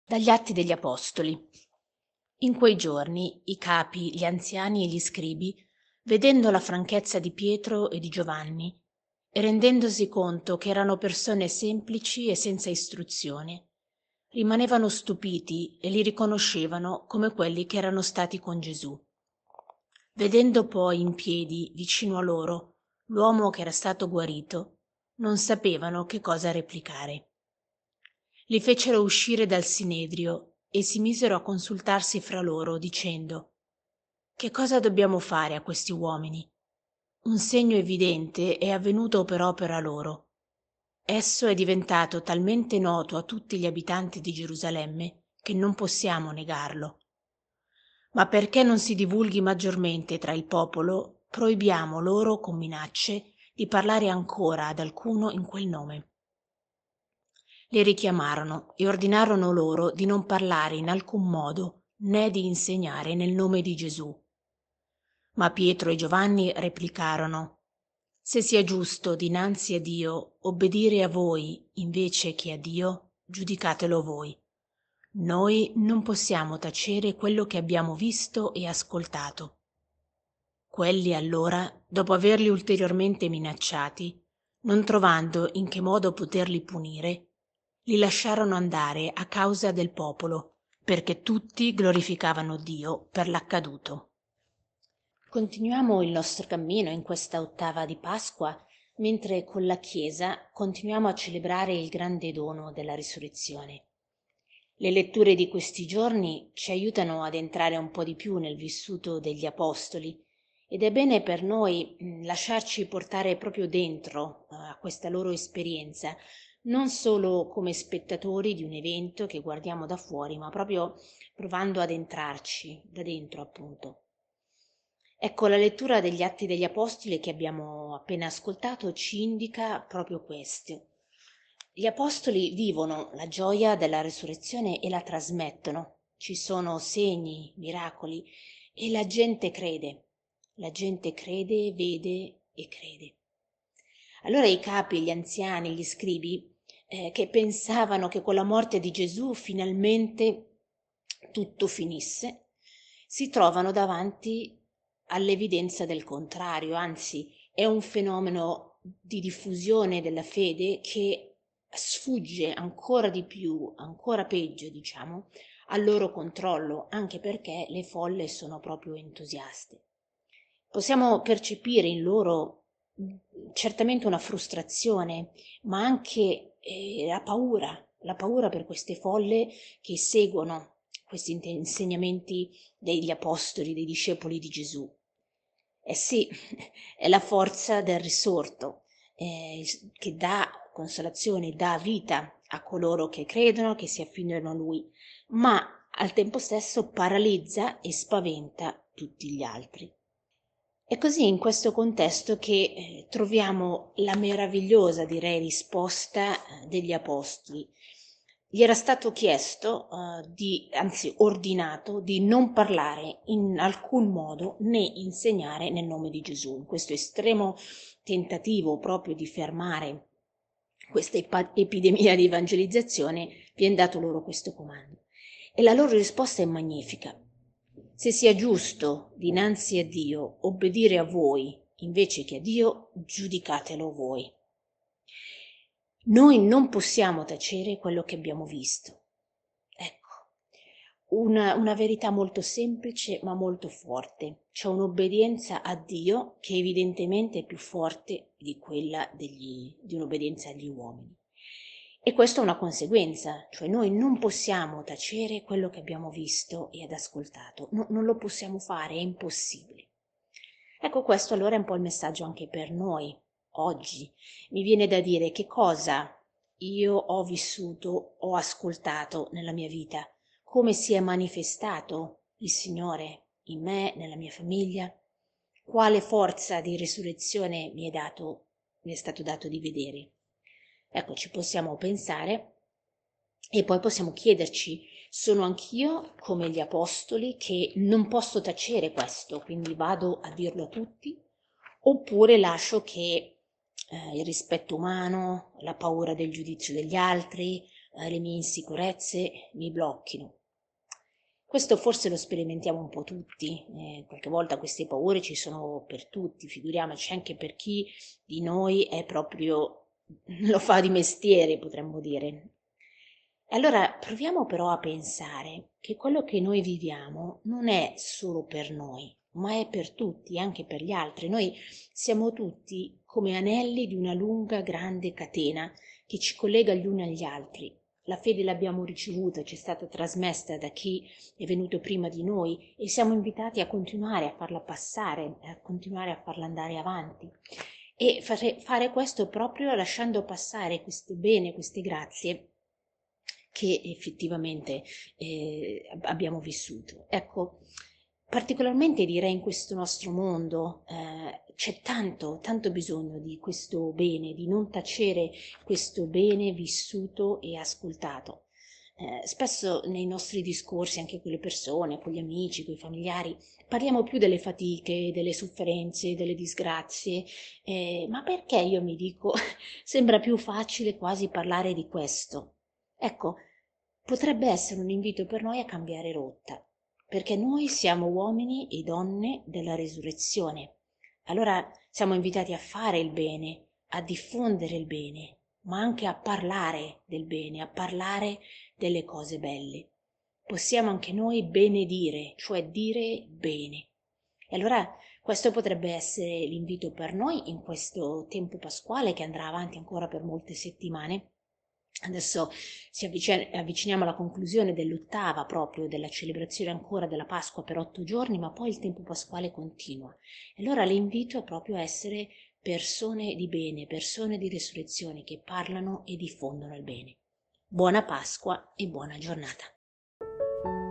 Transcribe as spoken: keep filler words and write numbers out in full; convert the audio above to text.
Dagli Atti degli Apostoli. In quei giorni i capi, gli anziani e gli scribi, vedendo la franchezza di Pietro e di Giovanni, e rendendosi conto che erano persone semplici e senza istruzione, rimanevano stupiti e li riconoscevano come quelli che erano stati con Gesù. Vedendo poi in piedi, vicino a loro, l'uomo che era stato guarito, non sapevano che cosa replicare. Li fecero uscire dal sinedrio e si misero a consultarsi fra loro, dicendo: «Che cosa dobbiamo fare a questi uomini? Un segno evidente è avvenuto per opera loro. Esso è diventato talmente noto a tutti gli abitanti di Gerusalemme che non possiamo negarlo. Ma perché non si divulghi maggiormente tra il popolo, proibiamo loro con minacce di parlare ancora ad alcuno in quel nome». Li richiamarono e ordinarono loro di non parlare in alcun modo né di insegnare nel nome di Gesù. Ma Pietro e Giovanni replicarono: «Se sia giusto dinanzi a Dio obbedire a voi invece che a Dio, giudicatelo voi. Noi non possiamo tacere quello che abbiamo visto e ascoltato». Quelli allora, dopo averli ulteriormente minacciati, non trovando in che modo poterli punire, li lasciarono andare a causa del popolo, perché tutti glorificavano Dio per l'accaduto. Continuiamo il nostro cammino in questa ottava di Pasqua, mentre con la Chiesa continuiamo a celebrare il grande dono della risurrezione. Le letture di questi giorni ci aiutano ad entrare un po' di più nel vissuto degli Apostoli ed è bene per noi mh, lasciarci portare proprio dentro uh, a questa loro esperienza, non solo come spettatori di un evento che guardiamo da fuori, ma proprio provando ad entrarci da dentro, appunto. Ecco, la lettura degli Atti degli Apostoli che abbiamo appena ascoltato ci indica proprio questo. Gli Apostoli vivono la gioia della risurrezione e la trasmettono. Ci sono segni, miracoli e la gente crede. La gente crede, vede e crede. Allora i capi, gli anziani, gli scribi, eh, che pensavano che con la morte di Gesù finalmente tutto finisse, si trovano davanti all'evidenza del contrario, anzi è un fenomeno di diffusione della fede che sfugge ancora di più, ancora peggio, diciamo, al loro controllo, anche perché le folle sono proprio entusiaste. Possiamo percepire in loro certamente una frustrazione, ma anche eh, la paura, la paura per queste folle che seguono questi insegnamenti degli apostoli, dei discepoli di Gesù. Eh sì, è la forza del risorto eh, che dà consolazione, dà vita a coloro che credono, che si affidano a Lui, ma al tempo stesso paralizza e spaventa tutti gli altri. È così in questo contesto che eh, troviamo la meravigliosa, direi, risposta eh, degli apostoli. Gli era stato chiesto, eh, di, anzi ordinato, di non parlare in alcun modo né insegnare nel nome di Gesù. In questo estremo tentativo proprio di fermare questa epa- epidemia di evangelizzazione, viene dato loro questo comando. E la loro risposta è magnifica. Se sia giusto dinanzi a Dio obbedire a voi invece che a Dio, giudicatelo voi. Noi non possiamo tacere quello che abbiamo visto. Ecco, una, una verità molto semplice ma molto forte. C'è un'obbedienza a Dio che evidentemente è più forte di quella degli, di un'obbedienza agli uomini. E questa è una conseguenza, cioè noi non possiamo tacere quello che abbiamo visto e ad ascoltato, no, non lo possiamo fare, è impossibile. Ecco, questo allora è un po' il messaggio anche per noi, oggi. Mi viene da dire che cosa io ho vissuto, ho ascoltato nella mia vita, come si è manifestato il Signore in me, nella mia famiglia, quale forza di risurrezione mi è dato, mi è stato dato di vedere. Ecco, ci possiamo pensare e poi possiamo chiederci, sono anch'io come gli apostoli che non posso tacere questo, quindi vado a dirlo a tutti, oppure lascio che eh, il rispetto umano, la paura del giudizio degli altri, eh, le mie insicurezze mi blocchino. Questo forse lo sperimentiamo un po' tutti, eh, qualche volta queste paure ci sono per tutti, figuriamoci anche per chi di noi è proprio, lo fa di mestiere, potremmo dire. Allora proviamo però a pensare che quello che noi viviamo non è solo per noi, ma è per tutti, anche per gli altri. Noi siamo tutti come anelli di una lunga, grande catena che ci collega gli uni agli altri. La fede l'abbiamo ricevuta, ci è stata trasmessa da chi è venuto prima di noi e siamo invitati a continuare a farla passare, a continuare a farla andare avanti e fare, fare questo proprio lasciando passare queste bene, queste grazie che effettivamente eh, abbiamo vissuto. Ecco, particolarmente direi in questo nostro mondo eh, c'è tanto, tanto bisogno di questo bene, di non tacere questo bene vissuto e ascoltato. Eh, spesso nei nostri discorsi, anche con le persone, con gli amici, con i familiari, parliamo più delle fatiche, delle sofferenze, delle disgrazie, eh, ma perché io mi dico, sembra più facile quasi parlare di questo. Ecco, potrebbe essere un invito per noi a cambiare rotta, perché noi siamo uomini e donne della resurrezione. Allora siamo invitati a fare il bene, a diffondere il bene, ma anche a parlare del bene, a parlare delle cose belle. Possiamo anche noi benedire, cioè dire bene. E allora questo potrebbe essere l'invito per noi in questo tempo pasquale che andrà avanti ancora per molte settimane. Adesso ci avviciniamo alla conclusione dell'ottava proprio della celebrazione ancora della Pasqua per otto giorni, ma poi il tempo pasquale continua. E allora l'invito è proprio a essere persone di bene, persone di resurrezione che parlano e diffondono il bene. Buona Pasqua e buona giornata.